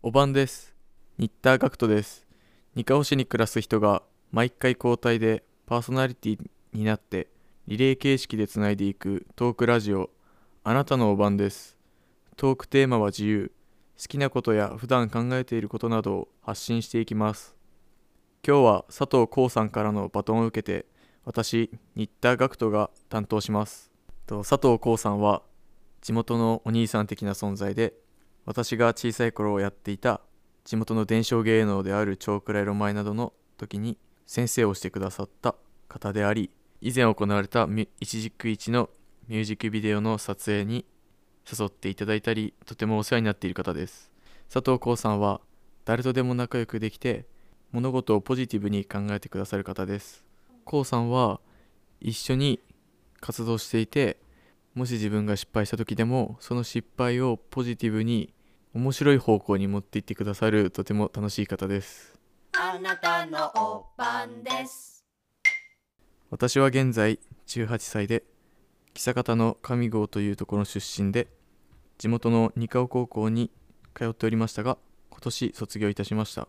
おばんです。新田学人です。にかほ市に暮らす人が毎回交代でパーソナリティになってリレー形式でつないでいくトークラジオ、あなたのおばんです。トークテーマは自由。好きなことや普段考えていることなどを発信していきます。今日は佐藤浩さんからのバトンを受けて、私、新田学人が担当します。佐藤浩さんは地元のお兄さん的な存在で、私が小さい頃をやっていた地元の伝承芸能であるチョークライロマイなどの時に先生をしてくださった方であり、以前行われた一軸一のミュージックビデオの撮影に誘っていただいたり、とてもお世話になっている方です。佐藤浩さんは誰とでも仲良くできて、物事をポジティブに考えてくださる方です。浩さんは一緒に活動していて、もし自分が失敗した時でもその失敗をポジティブに面白い方向に持っていってくださるとても楽しい方です。 あなたのおばんです。 私は現在18歳で、象方の上郷というところ出身で、地元の二川高校に通っておりましたが、今年卒業いたしました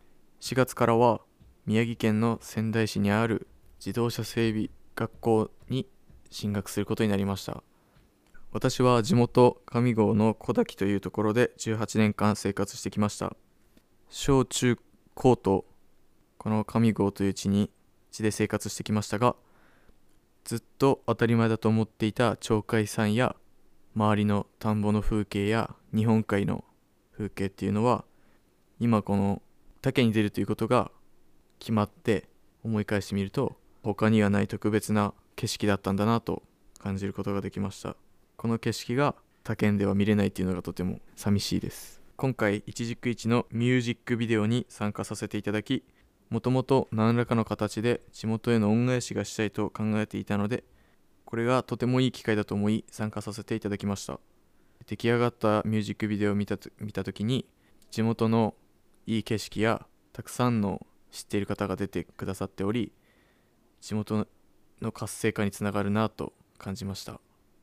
。4月からは宮城県の仙台市にある自動車整備学校に進学することになりました。私は地元上郷の小滝というところで18年間生活してきました。小中高とこの上郷という地で生活してきましたが、ずっと当たり前だと思っていた鳥海山や周りの田んぼの風景や日本海の風景っていうのは、今この竹に出るということが決まって思い返してみると、他にはない特別な景色だったんだなと感じることができました。この景色が他県では見れないっていうのがとても寂しいです。今回一軸一のミュージックビデオに参加させていただき、もともと何らかの形で地元への恩返しがしたいと考えていたので、これがとてもいい機会だと思い参加させていただきました。出来上がったミュージックビデオを見た時に、地元のいい景色やたくさんの知っている方が出てくださっており、地元の活性化につながるなと感じました。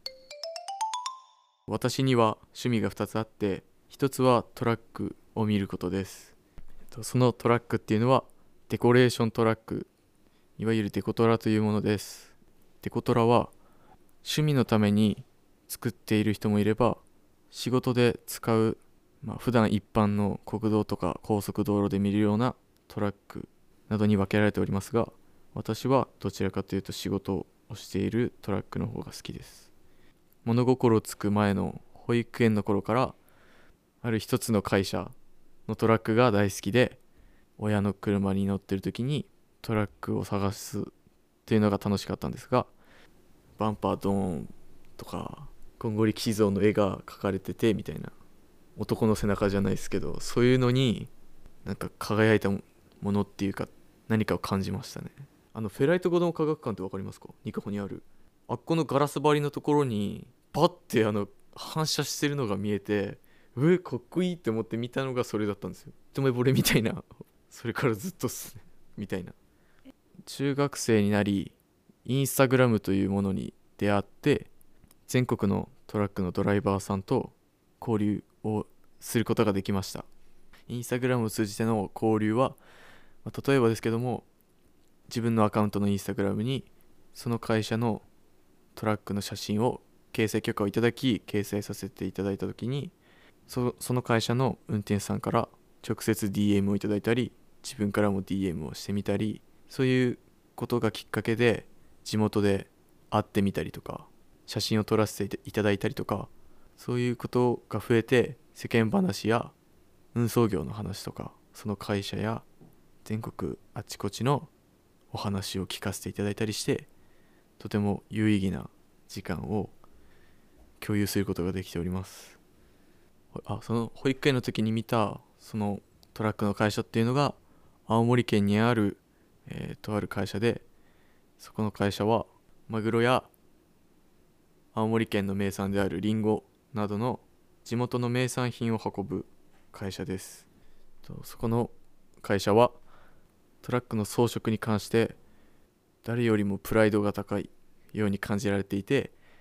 私には趣味が2つあって、1つはトラックを見ることです。そのトラックっていうのはデコレーショントラック、いわゆるデコトラというものです。デコトラは趣味のために作っている人もいれば、仕事で使う、普段一般の国道とか高速道路で見るようなトラックなどに分けられておりますが、私はどちらかというと仕事をしているトラックの方が好きです。物心つく前の保育園の頃から、ある一つの会社のトラックが大好きで、親の車に乗ってる時にトラックを探すっていうのが楽しかったんですが、バンパードーンとか金剛力士像の絵が描かれててみたいな、男の背中じゃないですけど、そういうのになんか輝いたものっていうか、何かを感じましたね。フェライト子ども科学館って分かりますか？ニカホにあるあっこのガラス張りのところにパッて反射してるのが見えて、かっこいいって思って見たのがそれだったんですよ。一目惚れみたいな。それからずっとっすねみたいな。中学生になり、インスタグラムというものに出会って、全国のトラックのドライバーさんと交流をすることができました。インスタグラムを通じての交流は、例えばですけども、自分のアカウントのインスタグラムにその会社のトラックの写真を掲載許可をいただき、掲載させていただいたときに、その会社の運転手さんから直接 DM をいただいたり、自分からも DM をしてみたり、そういうことがきっかけで地元で会ってみたりとか、写真を撮らせていただいたりとか、そういうことが増えて、世間話や運送業の話とか、その会社や全国あちこちのお話を聞かせていただいたりして、とても有意義な時間を共有することができております。その保育園の時に見たそのトラックの会社っていうのが青森県にある、とある会社で、そこの会社はマグロや青森県の名産であるリンゴなどの地元の名産品を運ぶ会社です。そこの会社はトラックの装飾に関して誰よりもプライドが高いように感じられていて、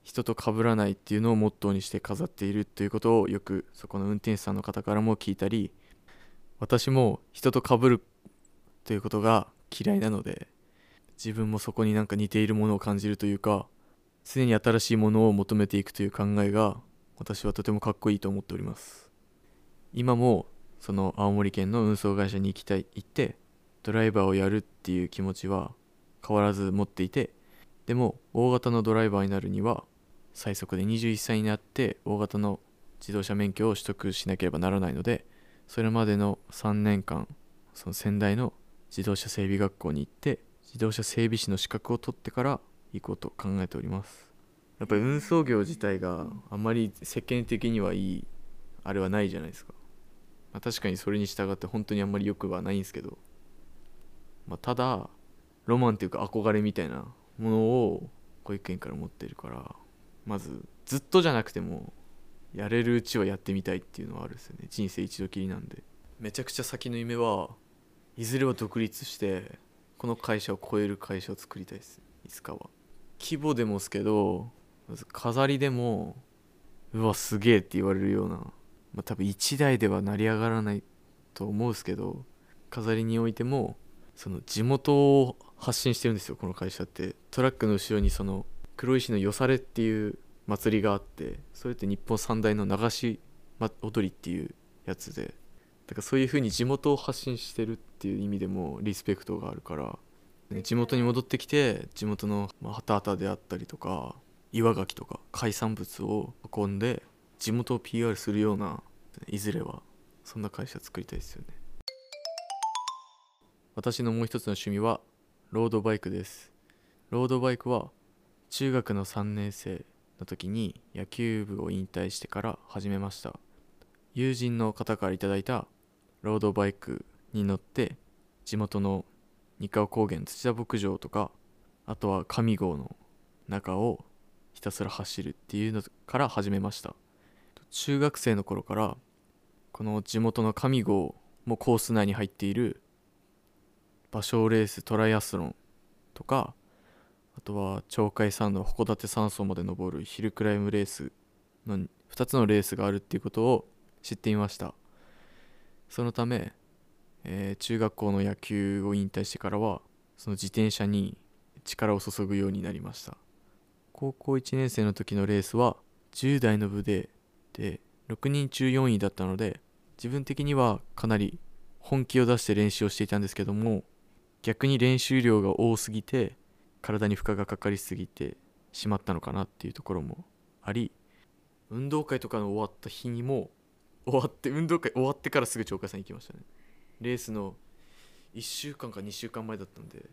人と被らないっていうのをモットーにして飾っているということをよくそこの運転手さんの方からも聞いたり、私も人と被るということが嫌いなので、自分もそこになんか似ているものを感じるというか、常に新しいものを求めていくという考えが私はとてもかっこいいと思っております。今もその青森県の運送会社に行ってドライバーをやるっていう気持ちは変わらず持っていて、でも大型のドライバーになるには最速で21歳になって大型の自動車免許を取得しなければならないので、それまでの3年間その仙台の自動車整備学校に行って自動車整備士の資格を取ってから行こうと考えております。やっぱり運送業自体があんまり世間的にはいいあれはないじゃないですか。確かにそれに従って本当にあんまり良くはないんですけど、ただロマンっていうか憧れみたいなものを保育園から持ってるから、まずずっとじゃなくてもやれるうちはやってみたいっていうのはあるんですよね。人生一度きりなんで。めちゃくちゃ先の夢はいずれは独立してこの会社を超える会社を作りたいです。いつかは規模でもですけど、まず飾りでもうわすげえって言われるような、多分一台では成り上がらないと思うんですけど、飾りにおいてもその地元を発信してるんですよ。この会社ってトラックの後ろにその黒石のよされっていう祭りがあって、それって日本三大の流し踊りっていうやつで、だからそういう風に地元を発信してるっていう意味でもリスペクトがあるから、地元に戻ってきて地元のハタハタであったりとか岩牡蠣とか海産物を運んで地元を PR するような、いずれはそんな会社作りたいですよね。私のもう一つの趣味はロードバイクです。ロードバイクは中学の3年生の時に野球部を引退してから始めました。友人の方からいただいたロードバイクに乗って地元の二川高原土田牧場とか、あとは上郷の中をひたすら走るっていうのから始めました。中学生の頃からこの地元の上郷もコース内に入っている芭蕉レーストライアスロンとか、あとは鳥海山の函館山荘まで登るヒルクライムレースの2つのレースがあるっていうことを知っていました。そのため、中学校の野球を引退してからはその自転車に力を注ぐようになりました。高校1年生の時のレースは10代の部で6人中4位だったので、自分的にはかなり本気を出して練習をしていたんですけども、逆に練習量が多すぎて体に負荷がかかりすぎてしまったのかなっていうところもあり、運動会とかの終わった日にも運動会終わってからすぐ鳥海山行きましたね。レースの1週間か2週間前だったんで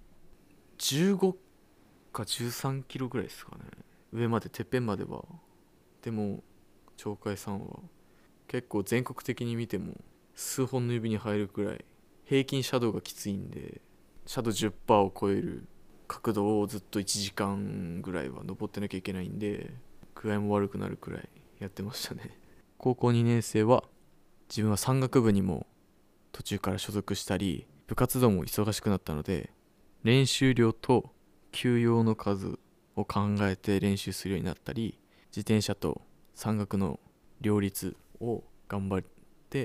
15か13キロぐらいですかね、上までてっぺんまでは。でも鳥海山は結構全国的に見ても数本の指に入るくらい平均斜度がきついんで、斜度 10% を超える角度をずっと1時間ぐらいは登ってなきゃいけないんで、具合も悪くなるくらいやってましたね。高校2年生は自分は山岳部にも途中から所属したり部活動も忙しくなったので、練習量と休養の数を考えて練習するようになったり、自転車と山岳の両立を頑張って、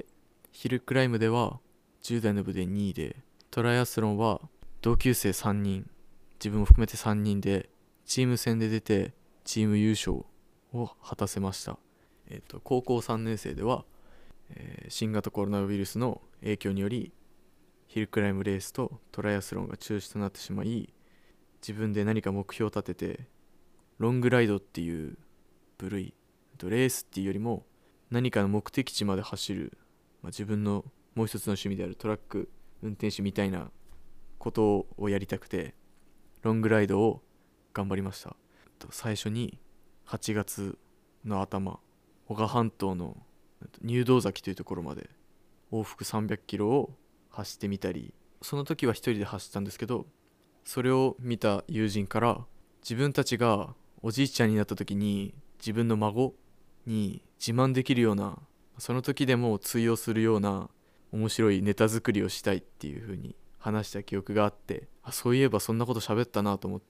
ヒルクライムでは10代の部で2位で、トライアスロンは同級生3人、自分も含めて3人でチーム戦で出てチーム優勝を果たせました。高校3年生では、新型コロナウイルスの影響によりヒルクライムレースとトライアスロンが中止となってしまい、自分で何か目標を立ててロングライドっていう部類、レースっていうよりも何かの目的地まで走る、自分のもう一つの趣味であるトラック運転手みたいなことをやりたくてロングライドを頑張りました。最初に8月の頭、男鹿半島の入道崎というところまで往復300キロを走ってみたり、その時は一人で走ったんですけど、それを見た友人から自分たちがおじいちゃんになった時に自分の孫に自慢できるような、その時でも通用するような面白いネタ作りをしたいっていう風に話した記憶があって、そういえばそんなこと喋ったなと思って、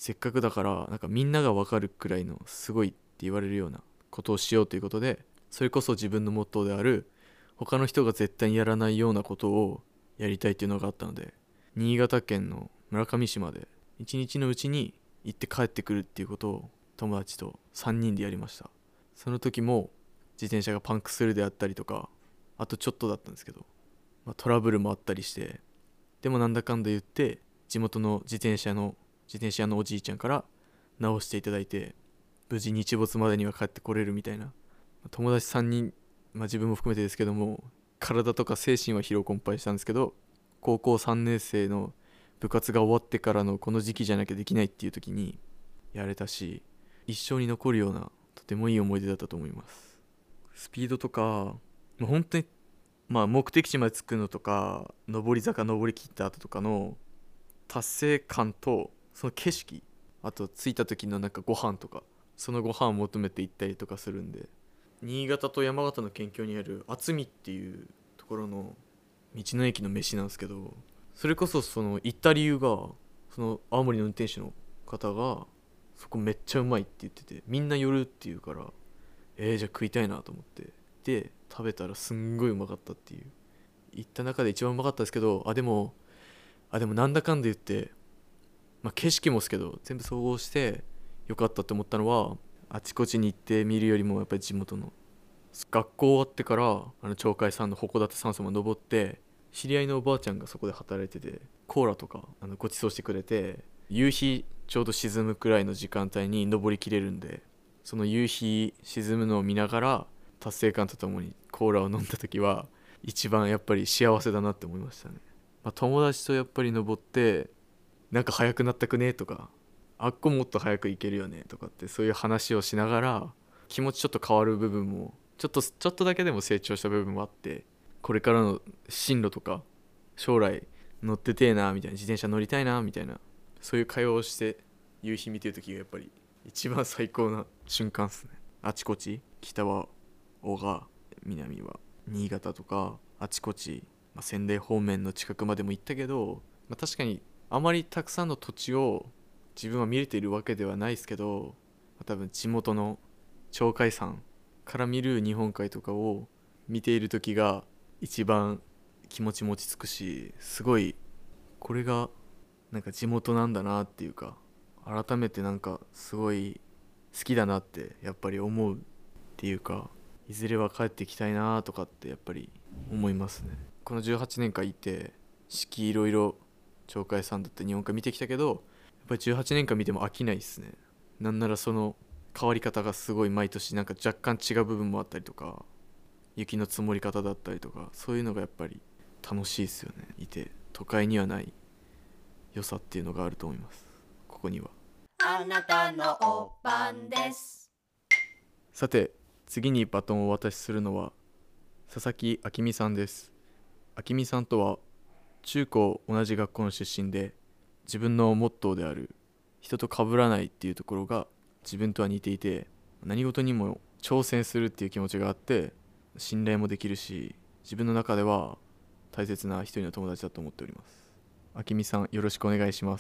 せっかくだからなんかみんなが分かるくらいのすごいって言われるようなことをしようということで、それこそ自分のモットーである他の人が絶対にやらないようなことをやりたいっていうのがあったので、新潟県の村上市まで一日のうちに行って帰ってくるっていうことを友達と3人でやりました。その時も自転車がパンクするであったりとか、あとちょっとだったんですけど、トラブルもあったりして、でもなんだかんだ言って地元の自転車屋のおじいちゃんから直していただいて、無事日没までには帰ってこれるみたいな。友達3人、自分も含めてですけども、体とか精神は疲労困憊したんですけど、高校3年生の部活が終わってからのこの時期じゃなきゃできないっていう時にやれたし、一生に残るようなとてもいい思い出だったと思います。スピードとか本当に目的地まで着くのとか、上り坂登り切った後とかの達成感と、その景色、あと着いた時のなんかご飯とか、そのご飯を求めて行ったりとかするんで、新潟と山形の県境にある渥美っていうところの道の駅の飯なんですけど、それこそその行った理由が、その青森の運転手の方がそこめっちゃうまいって言ってて、みんな寄るって言うから、じゃあ食いたいなと思ってで食べたらすんごいうまかったっていう、行った中で一番うまかったですけど、でもなんだかんで言って、景色もですけど全部総合して良かったって思ったのは、あちこちに行って見るよりもやっぱり地元の、学校終わってから鳥海山の鉾館山荘まで登って、知り合いのおばあちゃんがそこで働いてて、コーラとかご馳走してくれて、夕日ちょうど沈むくらいの時間帯に登りきれるんで、その夕日沈むのを見ながら達成感とともにコーラを飲んだ時は一番やっぱり幸せだなって思いましたね。友達とやっぱり登って、なんか速くなったくねとか、あっこもっと速く行けるよねとかって、そういう話をしながら気持ちちょっと変わる部分もちょっとだけでも成長した部分もあって、これからの進路とか将来乗っててえなみたいな、自転車乗りたいなみたいな、そういう会話をして夕日見てる時がやっぱり一番最高な瞬間っすね。あちこち、北は男鹿、南は新潟とか、あちこち、仙台方面の近くまでも行ったけど、確かにあまりたくさんの土地を自分は見れているわけではないですけど、多分地元の鳥海山から見る日本海とかを見ている時が一番気持ちも落ち着くし、すごいこれがなんか地元なんだなっていうか、改めてなんかすごい好きだなってやっぱり思うっていうか、いずれは帰ってきたいなとかってやっぱり思いますね。この18年間いて四季いろいろ鳥海山だって日本海見てきたけど、やっぱり18年間見ても飽きないですね。なんならその変わり方がすごい毎年なんか若干違う部分もあったりとか、雪の積もり方だったりとか、そういうのがやっぱり楽しいですよね。いて都会にはない良さっていうのがあると思います、ここには。 あなたのお番です。 さて次にバトンをお渡しするのは佐々木明美さんです。明美さんとは中高同じ学校の出身で、自分のモットーである人と被らないっていうところが自分とは似ていて、何事にも挑戦するっていう気持ちがあって、信頼もできるし、自分の中では大切な一人の友達だと思っております。明美さん、よろしくお願いします。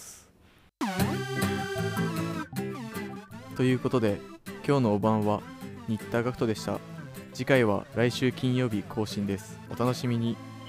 ということで今日のお晩は新田学人でした。次回は来週金曜日更新です。お楽しみに。